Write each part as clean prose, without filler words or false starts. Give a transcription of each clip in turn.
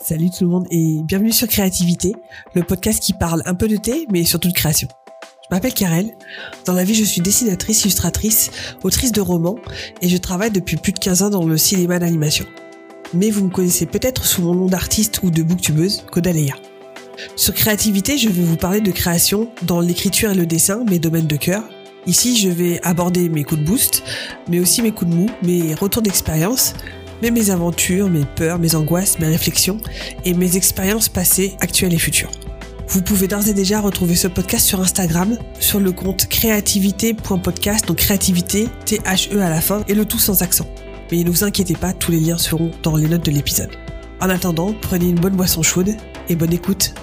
Salut tout le monde et bienvenue sur Créativité, le podcast qui parle un peu de thé mais surtout de création. Je m'appelle Karel, dans la vie je suis dessinatrice, illustratrice, autrice de romans et je travaille depuis plus de 15 ans dans le cinéma d'animation. Mais vous me connaissez peut-être sous mon nom d'artiste ou de booktubeuse, Kodaleya. Sur Créativité, je vais vous parler de création dans l'écriture et le dessin, mes domaines de cœur. Ici, je vais aborder mes coups de boost, mais aussi mes coups de mou, mes retours d'expérience, mais mes aventures, mes peurs, mes angoisses, mes réflexions et mes expériences passées, actuelles et futures. Vous pouvez d'ores et déjà retrouver ce podcast sur Instagram, sur le compte créativité.podcast, donc créativité, T-H-E à la fin, et le tout sans accent. Mais ne vous inquiétez pas, tous les liens seront dans les notes de l'épisode. En attendant, prenez une bonne boisson chaude et bonne écoute.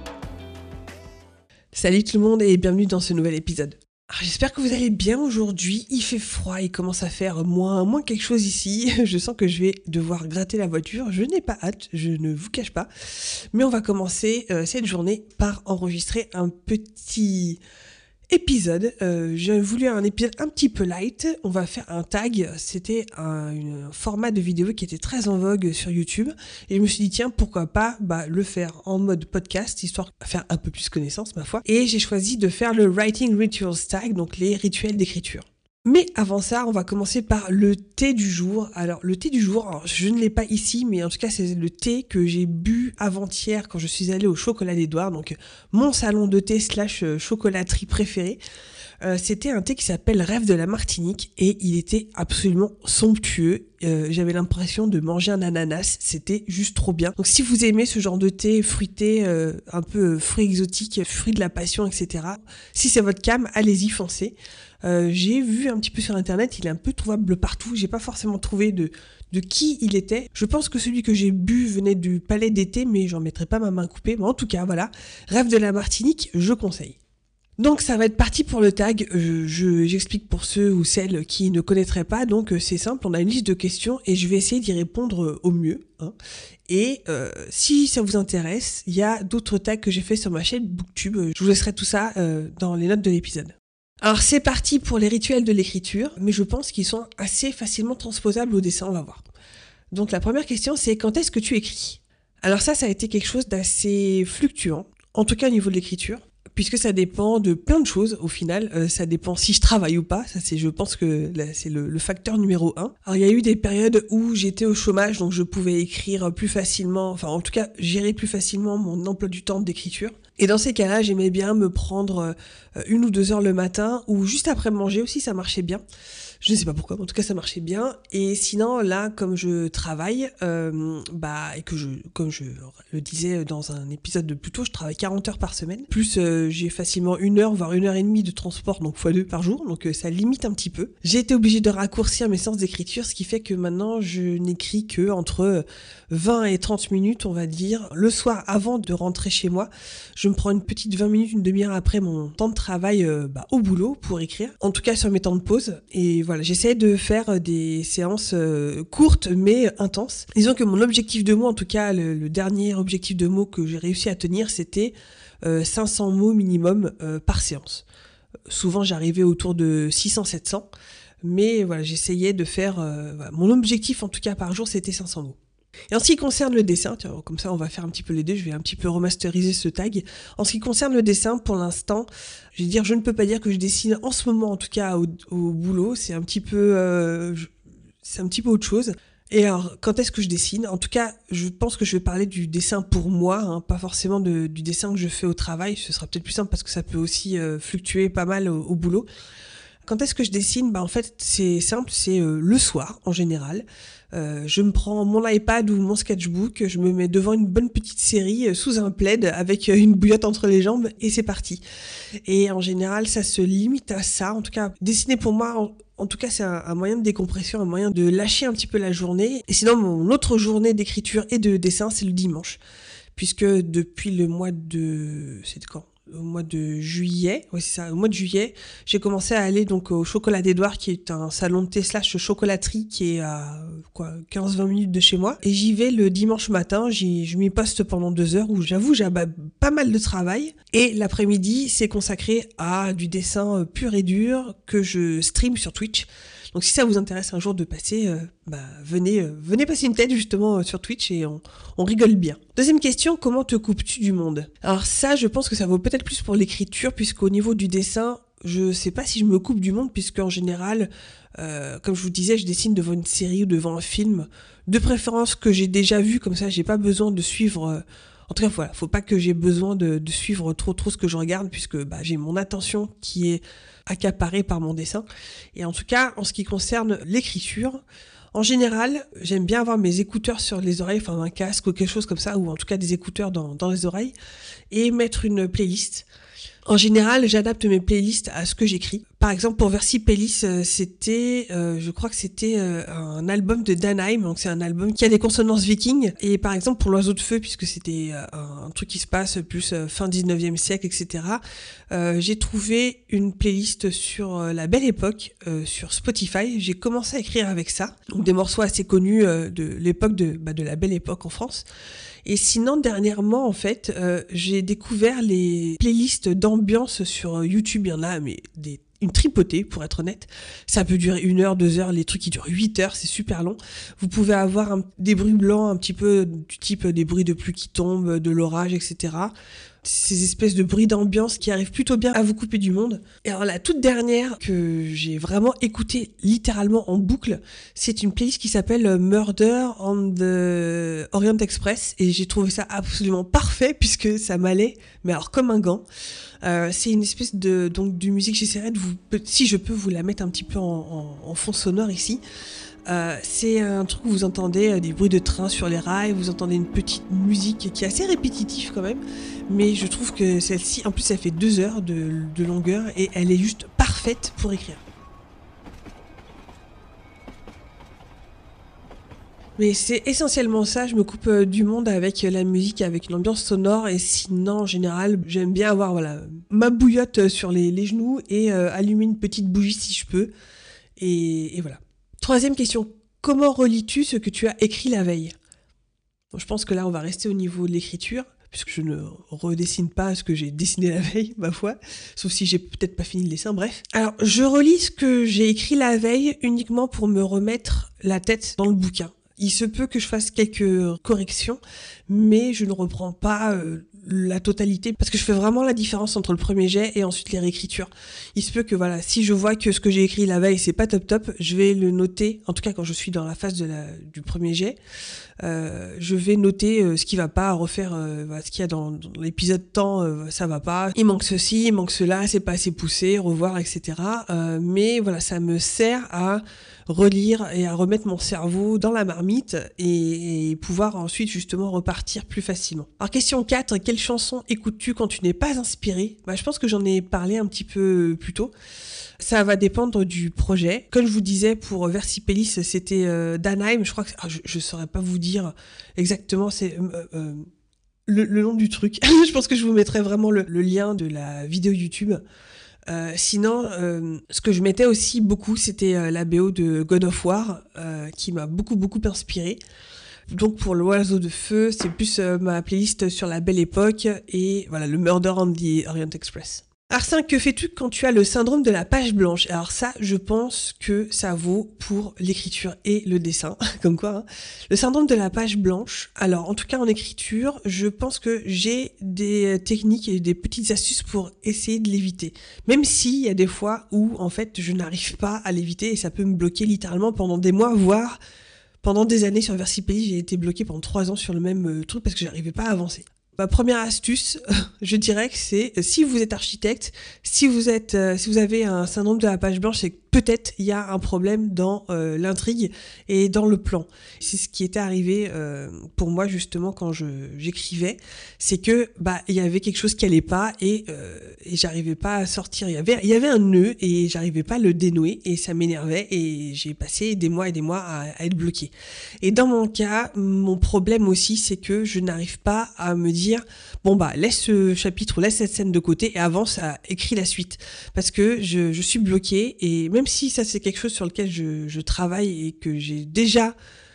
Salut tout le monde et bienvenue dans ce nouvel épisode. Alors, j'espère que vous allez bien aujourd'hui. Il fait froid, il commence à faire moins quelque chose ici. Je sens que je vais devoir gratter la voiture. Je n'ai pas hâte, je ne vous cache pas. Mais on va commencer cette journée par enregistrer un petit épisode. J'ai voulu un épisode un petit peu light. On va faire un tag. C'était un format de vidéo qui était très en vogue sur YouTube. Et je me suis dit, tiens, pourquoi pas le faire en mode podcast, histoire de faire un peu plus connaissance, ma foi. Et j'ai choisi de faire le Writing Rituals Tag, donc les rituels d'écriture. Mais avant ça, on va commencer par le thé du jour. Alors, le thé du jour, alors, je ne l'ai pas ici, mais en tout cas, c'est le thé que j'ai bu avant-hier quand je suis allée au Chocolat d'Édouard, donc mon salon de thé / chocolaterie préféré. C'était un thé qui s'appelle Rêve de la Martinique et il était absolument somptueux. J'avais l'impression de manger un ananas, c'était juste trop bien. Donc si vous aimez ce genre de thé fruité, un peu fruits exotiques, fruits de la passion, etc. Si c'est votre came, allez-y, foncez. J'ai vu un petit peu sur internet, il est un peu trouvable partout. J'ai pas forcément trouvé de qui il était. Je pense que celui que j'ai bu venait du Palais d'été, mais j'en mettrai pas ma main coupée. Mais en tout cas, voilà. Rêve de la Martinique, je conseille. Donc ça va être parti pour le tag, j'explique pour ceux ou celles qui ne connaîtraient pas, donc c'est simple, on a une liste de questions et je vais essayer d'y répondre au mieux. Et si ça vous intéresse, il y a d'autres tags que j'ai fait sur ma chaîne Booktube, je vous laisserai tout ça dans les notes de l'épisode. Alors c'est parti pour les rituels de l'écriture, mais je pense qu'ils sont assez facilement transposables au dessin, on va voir. Donc la première question c'est quand est-ce que tu écris ? Alors ça a été quelque chose d'assez fluctuant, en tout cas au niveau de l'écriture. Puisque ça dépend de plein de choses au final, ça dépend si je travaille ou pas, ça c'est, je pense que là, c'est le facteur numéro 1. Alors il y a eu des périodes où j'étais au chômage, donc je pouvais écrire plus facilement, enfin en tout cas gérer plus facilement mon emploi du temps d'écriture. Et dans ces cas-là, j'aimais bien me prendre 1 ou 2 heures le matin, ou juste après manger aussi, ça marchait bien. Je ne sais pas pourquoi, mais en tout cas ça marchait bien. Et sinon là, comme je travaille, et que comme je le disais dans un épisode de plus tôt, je travaille 40 heures par semaine. Plus j'ai facilement 1 heure, voire 1 heure et demie de transport, donc x2 par jour, donc ça limite un petit peu. J'ai été obligée de raccourcir mes séances d'écriture, ce qui fait que maintenant je n'écris que entre 20 et 30 minutes, on va dire. Le soir, avant de rentrer chez moi, je me prends une petite 20 minutes, une demi-heure après mon temps de travail au boulot pour écrire. En tout cas sur mes temps de pause. Et voilà, j'essaie de faire des séances courtes mais intenses. Disons que mon objectif de mots, en tout cas le dernier objectif de mots que j'ai réussi à tenir, c'était 500 mots minimum par séance. Souvent j'arrivais autour de 600-700, mais voilà, j'essayais de faire... mon objectif en tout cas par jour, c'était 500 mots. Et en ce qui concerne le dessin, tiens, comme ça on va faire un petit peu les deux, je vais un petit peu remasteriser ce tag. En ce qui concerne le dessin, pour l'instant, je ne peux pas dire que je dessine en ce moment, en tout cas au boulot, c'est un petit peu autre chose. Et alors, quand est-ce que je dessine ? En tout cas, je pense que je vais parler du dessin pour moi, pas forcément du dessin que je fais au travail, ce sera peut-être plus simple parce que ça peut aussi fluctuer pas mal au boulot. Quand est-ce que je dessine ? En fait, c'est simple, c'est le soir en général. Je me prends mon iPad ou mon sketchbook, je me mets devant une bonne petite série sous un plaid avec une bouillotte entre les jambes et c'est parti. Et en général, ça se limite à ça. En tout cas, dessiner pour moi, en tout cas, c'est un moyen de décompression, un moyen de lâcher un petit peu la journée. Et sinon, mon autre journée d'écriture et de dessin, c'est le dimanche. Puisque depuis le mois de... C'était quand ? Au mois de juillet, oui c'est ça, au mois de juillet, j'ai commencé à aller donc au Chocolat d'Édouard qui est un salon de thé / chocolaterie qui est à 15-20 minutes de chez moi et j'y vais le dimanche matin, je m'y poste pendant 2 heures où j'avoue j'ai pas mal de travail et l'après-midi c'est consacré à du dessin pur et dur que je stream sur Twitch. Donc si ça vous intéresse un jour de passer, venez passer une tête justement sur Twitch et on rigole bien. Deuxième question, comment te coupes-tu du monde? Alors ça, je pense que ça vaut peut-être plus pour l'écriture, puisqu'au niveau du dessin, je sais pas si je me coupe du monde, puisque en général, comme je vous disais, je dessine devant une série ou devant un film, de préférence que j'ai déjà vu, comme ça j'ai pas besoin de suivre... En tout cas, voilà, faut pas que j'ai besoin de suivre trop ce que je regarde, puisque j'ai mon attention qui est accaparée par mon dessin. Et en tout cas, en ce qui concerne l'écriture, en général, j'aime bien avoir mes écouteurs sur les oreilles, enfin un casque ou quelque chose comme ça, ou en tout cas des écouteurs dans les oreilles, et mettre une playlist. En général, j'adapte mes playlists à ce que j'écris. Par exemple, pour Versipellis, je crois que c'était un album de Danheim, donc c'est un album qui a des consonances vikings. Et par exemple, pour l'Oiseau de Feu, puisque c'était un truc qui se passe plus fin 19e siècle, etc., j'ai trouvé une playlist sur la Belle Époque, sur Spotify. J'ai commencé à écrire avec ça, donc des morceaux assez connus de l'époque de la Belle Époque en France. Et sinon, dernièrement, en fait, j'ai découvert les playlists d'ambiance sur YouTube. Il y en a, mais une tripotée, pour être honnête. Ça peut durer 1 heure, 2 heures, les trucs qui durent 8 heures, c'est super long. Vous pouvez avoir des bruits blancs un petit peu du type des bruits de pluie qui tombent, de l'orage, etc. Ces espèces de bruits d'ambiance qui arrivent plutôt bien à vous couper du monde. Et alors la toute dernière que j'ai vraiment écoutée littéralement en boucle, c'est une playlist qui s'appelle Murder on the Orient Express, et j'ai trouvé ça absolument parfait puisque ça m'allait, mais alors comme un gant. C'est une espèce de musique, j'essaierai de si je peux vous la mettre un petit peu en fond sonore ici. C'est un truc où vous entendez des bruits de train sur les rails, vous entendez une petite musique qui est assez répétitive quand même, mais je trouve que celle-ci, en plus elle fait 2 heures de longueur et elle est juste parfaite pour écrire. Mais c'est essentiellement ça, je me coupe du monde avec la musique, avec une ambiance sonore, et sinon en général j'aime bien avoir ma bouillotte sur les genoux et allumer une petite bougie si je peux, et voilà. Troisième question, comment relis-tu ce que tu as écrit la veille? Bon, je pense que là on va rester au niveau de l'écriture, puisque je ne redessine pas ce que j'ai dessiné la veille, ma foi, sauf si j'ai peut-être pas fini le dessin, bref. Alors, je relis ce que j'ai écrit la veille uniquement pour me remettre la tête dans le bouquin. Il se peut que je fasse quelques corrections, mais je ne reprends pas la totalité, parce que je fais vraiment la différence entre le premier jet et ensuite les réécritures. Il se peut que si je vois que ce que j'ai écrit la veille c'est pas top, je vais le noter, en tout cas quand je suis dans la phase du premier jet, je vais noter ce qui va pas, refaire ce qu'il y a dans l'épisode temps, ça va pas, il manque ceci, il manque cela, c'est pas assez poussé, revoir, etc. Mais voilà, ça me sert à relire et à remettre mon cerveau dans la marmite et pouvoir ensuite justement repartir plus facilement. Alors question 4, quelle chanson écoutes-tu quand tu n'es pas inspiré? Je pense que j'en ai parlé un petit peu plus tôt. Ça va dépendre du projet. Comme je vous disais, pour Versipellis, c'était Danheim. Je crois que je saurais pas vous dire exactement. C'est le nom du truc. Je pense que je vous mettrai vraiment le lien de la vidéo YouTube. Sinon, ce que je mettais aussi beaucoup, c'était la BO de God of War, qui m'a beaucoup inspiré. Donc pour l'Oiseau de Feu, c'est plus ma playlist sur la Belle Époque et voilà, le Murder on the Orient Express. Alors 5, que fais-tu quand tu as le syndrome de la page blanche? Alors ça, je pense que ça vaut pour l'écriture et le dessin, comme quoi. Hein. Le syndrome de la page blanche, alors en tout cas en écriture, je pense que j'ai des techniques et des petites astuces pour essayer de l'éviter. Même s'il y a des fois où en fait je n'arrive pas à l'éviter et ça peut me bloquer littéralement pendant des mois, voire pendant des années sur Versipellis. J'ai été bloqué pendant 3 ans sur le même truc parce que j'arrivais pas à avancer. Ma première astuce, je dirais que c'est si vous êtes architecte, si vous avez un syndrome de la page blanche, c'est que peut-être il y a un problème dans l'intrigue et dans le plan. C'est ce qui était arrivé pour moi justement quand j'écrivais, c'est que il y avait quelque chose qui allait pas et j'arrivais pas à sortir. Il y avait un nœud et j'arrivais pas à le dénouer et ça m'énervait et j'ai passé des mois et des mois à être bloqué. Et dans mon cas, mon problème aussi, c'est que je n'arrive pas à me dire laisse ce chapitre, laisse cette scène de côté et avance à écrire la suite, parce que je suis bloquée. Et même si ça c'est quelque chose sur lequel je travaille et que j'ai déjà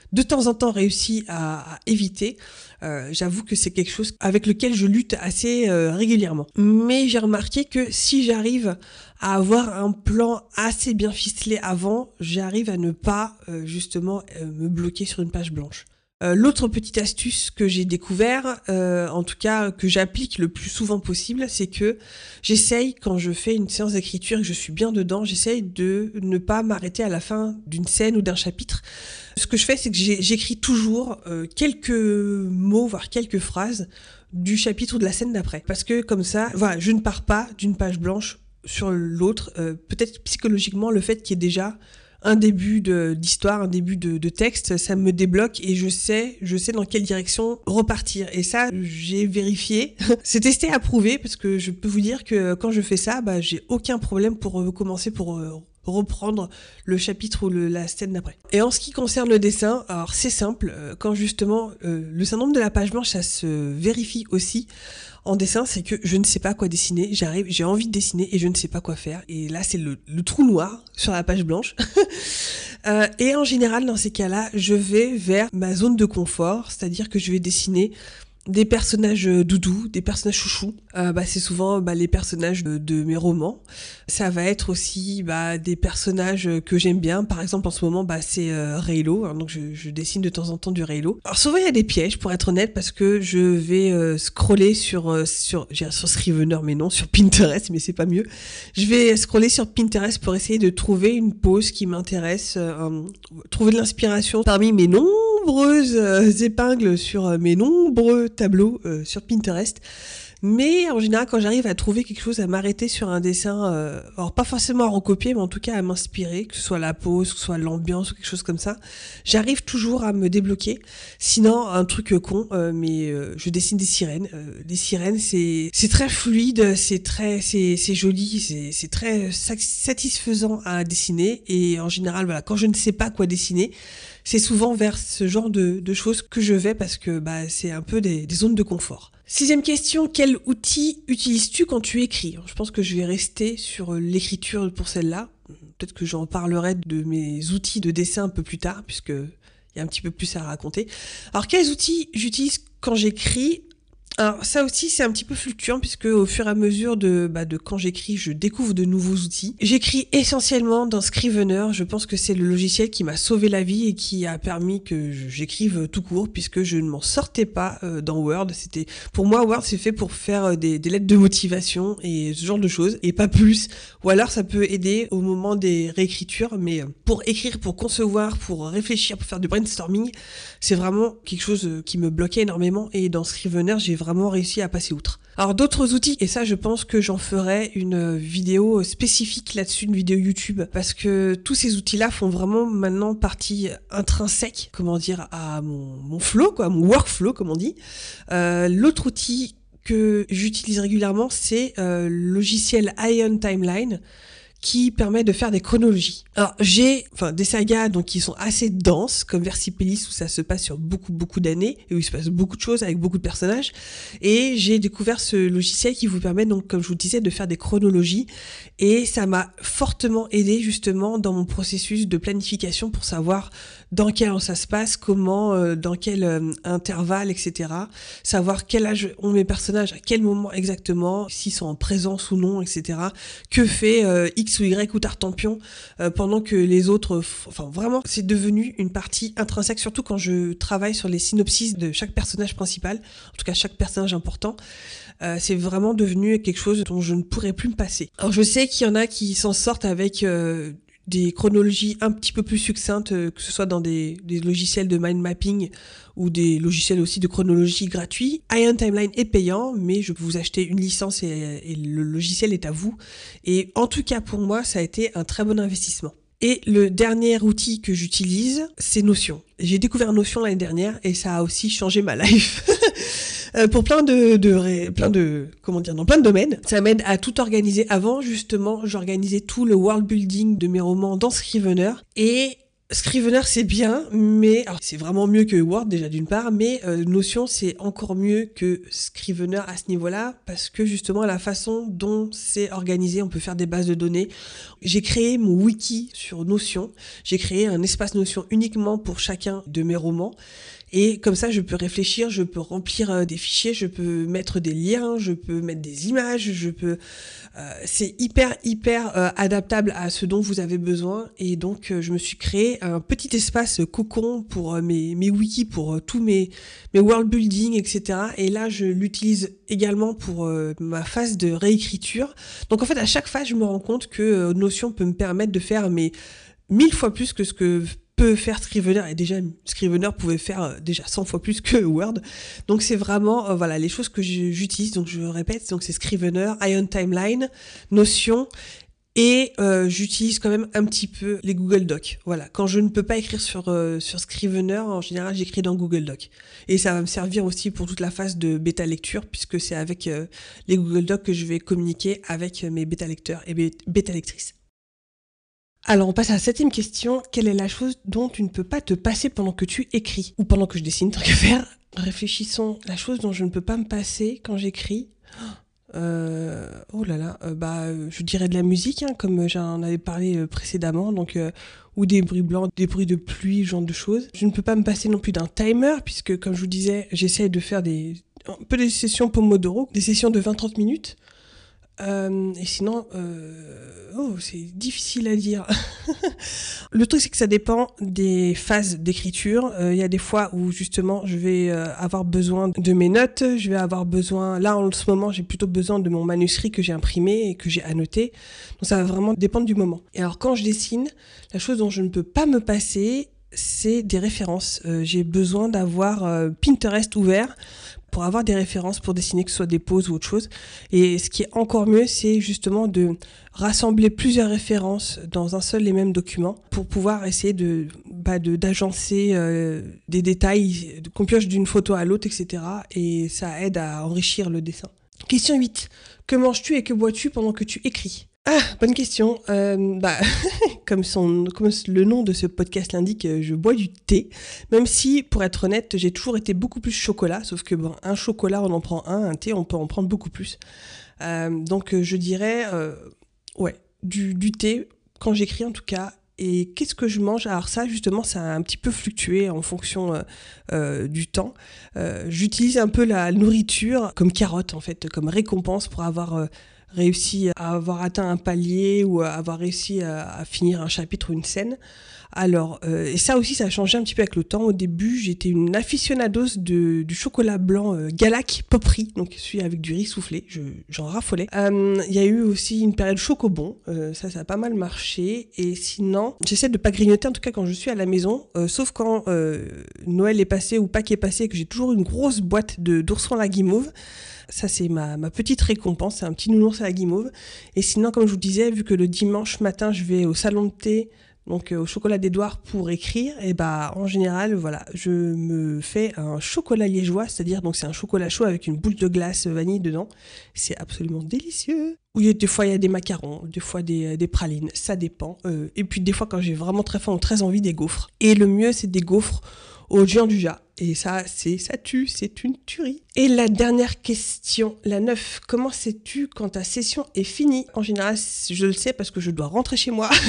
de temps en temps réussi à éviter. J'avoue que c'est quelque chose avec lequel je lutte assez régulièrement. Mais j'ai remarqué que si j'arrive à avoir un plan assez bien ficelé avant, j'arrive à ne pas justement me bloquer sur une page blanche. L'autre petite astuce que j'ai découvert, en tout cas que j'applique le plus souvent possible, c'est que j'essaye, quand je fais une séance d'écriture et que je suis bien dedans, j'essaye de ne pas m'arrêter à la fin d'une scène ou d'un chapitre. Ce que je fais, c'est que j'écris toujours quelques mots, voire quelques phrases du chapitre ou de la scène d'après. Parce que comme ça, voilà, je ne pars pas d'une page blanche sur l'autre. Peut-être psychologiquement, le fait qu'il y ait déjà un début d'histoire, un début de texte, ça me débloque et je sais dans quelle direction repartir. Et ça, j'ai vérifié. C'est testé, approuvé, parce que je peux vous dire que quand je fais ça, j'ai aucun problème pour recommencer, pour reprendre le chapitre ou la scène d'après. Et en ce qui concerne le dessin, alors c'est simple, quand justement le syndrome de la page blanche, ça se vérifie aussi en dessin, c'est que je ne sais pas quoi dessiner, j'ai envie de dessiner et je ne sais pas quoi faire. Et là, c'est le trou noir sur la page blanche. Et en général, dans ces cas-là, je vais vers ma zone de confort, c'est-à-dire que je vais dessiner des personnages doudous, des personnages chouchous. C'est souvent les personnages de mes romans. Ça va être aussi des personnages que j'aime bien. Par exemple, en ce moment, c'est Raylo. Hein, donc, je dessine de temps en temps du Raylo. Alors, souvent, il y a des pièges, pour être honnête, parce que je vais scroller sur Scrivener, mais non, sur Pinterest, mais c'est pas mieux. Je vais scroller sur Pinterest pour essayer de trouver une pose qui m'intéresse, trouver de l'inspiration parmi mes nombreuses épingles sur mes nombreux tableaux sur Pinterest. Mais en général, quand j'arrive à trouver quelque chose, à m'arrêter sur un dessin, alors pas forcément à recopier, mais en tout cas à m'inspirer, que ce soit la pose, que ce soit l'ambiance ou quelque chose comme ça, j'arrive toujours à me débloquer. Sinon, un truc con, mais je dessine des sirènes. Les sirènes, c'est très fluide, c'est joli, c'est très satisfaisant à dessiner. Et en général, voilà, quand je ne sais pas quoi dessiner, c'est souvent vers ce genre de choses que je vais parce que c'est un peu des zones de confort. 6e question, quel outil utilises-tu quand tu écris ? Je pense que je vais rester sur l'écriture pour celle-là. Peut-être que j'en parlerai de mes outils de dessin un peu plus tard, puisqu'il y a un petit peu plus à raconter. Alors, quels outils j'utilise quand j'écris ? Alors ça aussi c'est un petit peu fluctuant puisque au fur et à mesure de quand j'écris, je découvre de nouveaux outils. J'écris essentiellement dans Scrivener, je pense que c'est le logiciel qui m'a sauvé la vie et qui a permis que j'écrive tout court puisque je ne m'en sortais pas dans Word. Pour moi Word c'est fait pour faire des lettres de motivation et ce genre de choses et pas plus. Ou alors ça peut aider au moment des réécritures, mais pour écrire, pour concevoir, pour réfléchir, pour faire du brainstorming, c'est vraiment quelque chose qui me bloquait énormément et dans Scrivener j'ai vraiment réussi à passer outre. Alors d'autres outils, et ça je pense que j'en ferai une vidéo spécifique là-dessus, une vidéo YouTube, parce que tous ces outils-là font vraiment maintenant partie intrinsèque, à mon flow, mon workflow comme on dit. L'autre outil que j'utilise régulièrement, c'est le logiciel Ion Timeline, qui permet de faire des chronologies. Alors j'ai des sagas donc qui sont assez denses comme Versipellis où ça se passe sur beaucoup d'années et où il se passe beaucoup de choses avec beaucoup de personnages, et j'ai découvert ce logiciel qui vous permet donc, comme je vous disais, de faire des chronologies, et ça m'a fortement aidé justement dans mon processus de planification pour savoir dans quel an ça se passe, comment, dans quel intervalle, etc. Savoir quel âge ont mes personnages, à quel moment exactement, s'ils sont en présence ou non, etc. Que fait X ou Y ou Tartampion pendant que les autres... vraiment, c'est devenu une partie intrinsèque, surtout quand je travaille sur les synopsis de chaque personnage principal, en tout cas chaque personnage important. C'est vraiment devenu quelque chose dont je ne pourrais plus me passer. Alors je sais qu'il y en a qui s'en sortent avec... des chronologies un petit peu plus succinctes, que ce soit dans des logiciels de mind mapping ou des logiciels aussi de chronologie gratuits. Ion Timeline est payant, mais je peux vous acheter une licence et le logiciel est à vous. Et en tout cas, pour moi, ça a été un très bon investissement. Et le dernier outil que j'utilise, c'est Notion. J'ai découvert Notion l'année dernière et ça a aussi changé ma life. Pour dans plein de domaines. Ça m'aide à tout organiser. Avant, justement, j'organisais tout le world building de mes romans dans Scrivener et Scrivener c'est bien, mais alors, c'est vraiment mieux que Word déjà d'une part, mais Notion c'est encore mieux que Scrivener à ce niveau-là parce que justement la façon dont c'est organisé, on peut faire des bases de données. J'ai créé mon wiki sur Notion, j'ai créé un espace Notion uniquement pour chacun de mes romans. Et comme ça, je peux réfléchir, je peux remplir des fichiers, je peux mettre des liens, je peux mettre des images, c'est hyper adaptable à ce dont vous avez besoin. Et donc, je me suis créé un petit espace cocon pour mes wikis, pour tous mes world building, etc. Et là, je l'utilise également pour ma phase de réécriture. Donc, en fait, à chaque phase, je me rends compte que Notion peut me permettre de faire 1000 fois plus que ce que peut faire Scrivener, et déjà Scrivener pouvait faire déjà 100 fois plus que Word. Donc c'est vraiment les choses que j'utilise. Donc je répète, donc c'est Scrivener, Ion Timeline, Notion, et j'utilise quand même un petit peu les Google Docs. Voilà, quand je ne peux pas écrire sur Scrivener, en général j'écris dans Google Docs. Et ça va me servir aussi pour toute la phase de bêta lecture, puisque c'est avec les Google Docs que je vais communiquer avec mes bêta lecteurs et bêta lectrices. Alors on passe à la 7e question. Quelle est la chose dont tu ne peux pas te passer pendant que tu écris? Ou pendant que je dessine, tant qu'à faire. Réfléchissons. La chose dont je ne peux pas me passer quand j'écris. Je dirais de la musique, comme j'en avais parlé précédemment, ou des bruits blancs, des bruits de pluie, ce genre de choses. Je ne peux pas me passer non plus d'un timer, puisque comme je vous disais, j'essaie de faire un peu des sessions Pomodoro, des sessions de 20-30 minutes. Et sinon, c'est difficile à dire. Le truc, c'est que ça dépend des phases d'écriture. Il y a des fois où justement, je vais avoir besoin de mes notes. Je vais avoir besoin, là en ce moment, j'ai plutôt besoin de mon manuscrit que j'ai imprimé et que j'ai annoté. Donc ça va vraiment dépendre du moment. Et alors quand je dessine, la chose dont je ne peux pas me passer, c'est des références. J'ai besoin d'avoir Pinterest ouvert pour avoir des références pour dessiner, que ce soit des poses ou autre chose. Et ce qui est encore mieux, c'est justement de rassembler plusieurs références dans un seul et même document pour pouvoir essayer d'agencer des détails, qu'on pioche d'une photo à l'autre, etc. Et ça aide à enrichir le dessin. Question 8. Que manges-tu et que bois-tu pendant que tu écris? Ah, bonne question. Comme le nom de ce podcast l'indique, je bois du thé. Même si, pour être honnête, j'ai toujours été beaucoup plus chocolat. Sauf que un chocolat, on en prend un thé, on peut en prendre beaucoup plus. Donc, je dirais, du thé, quand j'écris en tout cas. Et qu'est-ce que je mange? Alors ça, justement, ça a un petit peu fluctué en fonction du temps. J'utilise un peu la nourriture comme carotte, en fait, comme récompense pour avoir réussi à avoir atteint un palier ou à avoir réussi à finir un chapitre ou une scène. Alors, et ça aussi, ça a changé un petit peu avec le temps. Au début, j'étais une aficionados du chocolat blanc Galac Popery, donc celui avec du riz soufflé, j'en raffolais. Il y a eu aussi une période chocobon, ça a pas mal marché. Et sinon, j'essaie de pas grignoter, en tout cas quand je suis à la maison, sauf quand Noël est passé ou Pâques est passé, et que j'ai toujours une grosse boîte d'oursons à la guimauve. Ça, c'est ma petite récompense, c'est un petit nounours à la guimauve. Et sinon, comme je vous disais, vu que le dimanche matin, je vais au salon de thé, donc au chocolat d'Édouard pour écrire, et en général, voilà, je me fais un chocolat liégeois, c'est-à-dire donc c'est un chocolat chaud avec une boule de glace vanille dedans. C'est absolument délicieux. Oui, des fois il y a des macarons, des fois des pralines, ça dépend. Et puis des fois quand j'ai vraiment très faim ou très envie, des gaufres. Et le mieux, c'est des gaufres au gianduja. Et ça tue, c'est une tuerie. Et la dernière question, la 9. Comment sais-tu quand ta session est finie? En général, je le sais parce que je dois rentrer chez moi.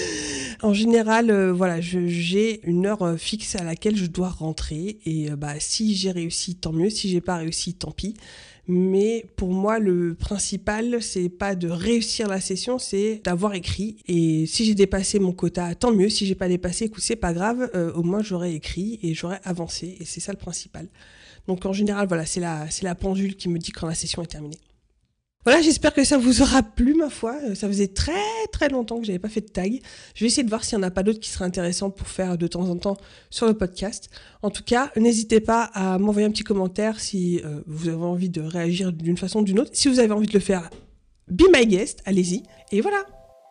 En général, j'ai une heure fixe à laquelle je dois rentrer. Et si j'ai réussi, tant mieux. Si j'ai pas réussi, tant pis. Mais pour moi, le principal, c'est pas de réussir la session, c'est d'avoir écrit. Et si j'ai dépassé mon quota, tant mieux. Si j'ai pas dépassé, écoute, c'est pas grave. Au moins, j'aurais écrit et j'aurais avancé. Et c'est ça le principal. Donc en général, voilà, c'est la pendule qui me dit quand la session est terminée. Voilà, j'espère que ça vous aura plu, ma foi. Ça faisait très très longtemps que j'avais pas fait de tag. Je vais essayer de voir s'il y en a pas d'autres qui seraient intéressants pour faire de temps en temps sur le podcast. En tout cas, n'hésitez pas à m'envoyer un petit commentaire si vous avez envie de réagir d'une façon ou d'une autre. Si vous avez envie de le faire, be my guest, allez-y. Et voilà.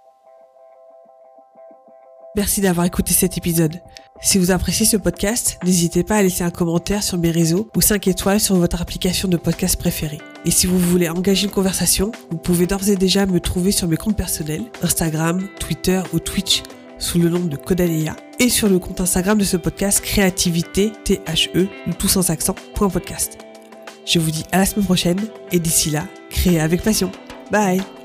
Merci d'avoir écouté cet épisode. Si vous appréciez ce podcast, n'hésitez pas à laisser un commentaire sur mes réseaux ou 5 étoiles sur votre application de podcast préférée. Et si vous voulez engager une conversation, vous pouvez d'ores et déjà me trouver sur mes comptes personnels, Instagram, Twitter ou Twitch. sous le nom de Caudaléa et sur le compte Instagram de ce podcast Créativité, THE, tout sans accent, .podcast. Je vous dis à la semaine prochaine et d'ici là, créez avec passion. Bye!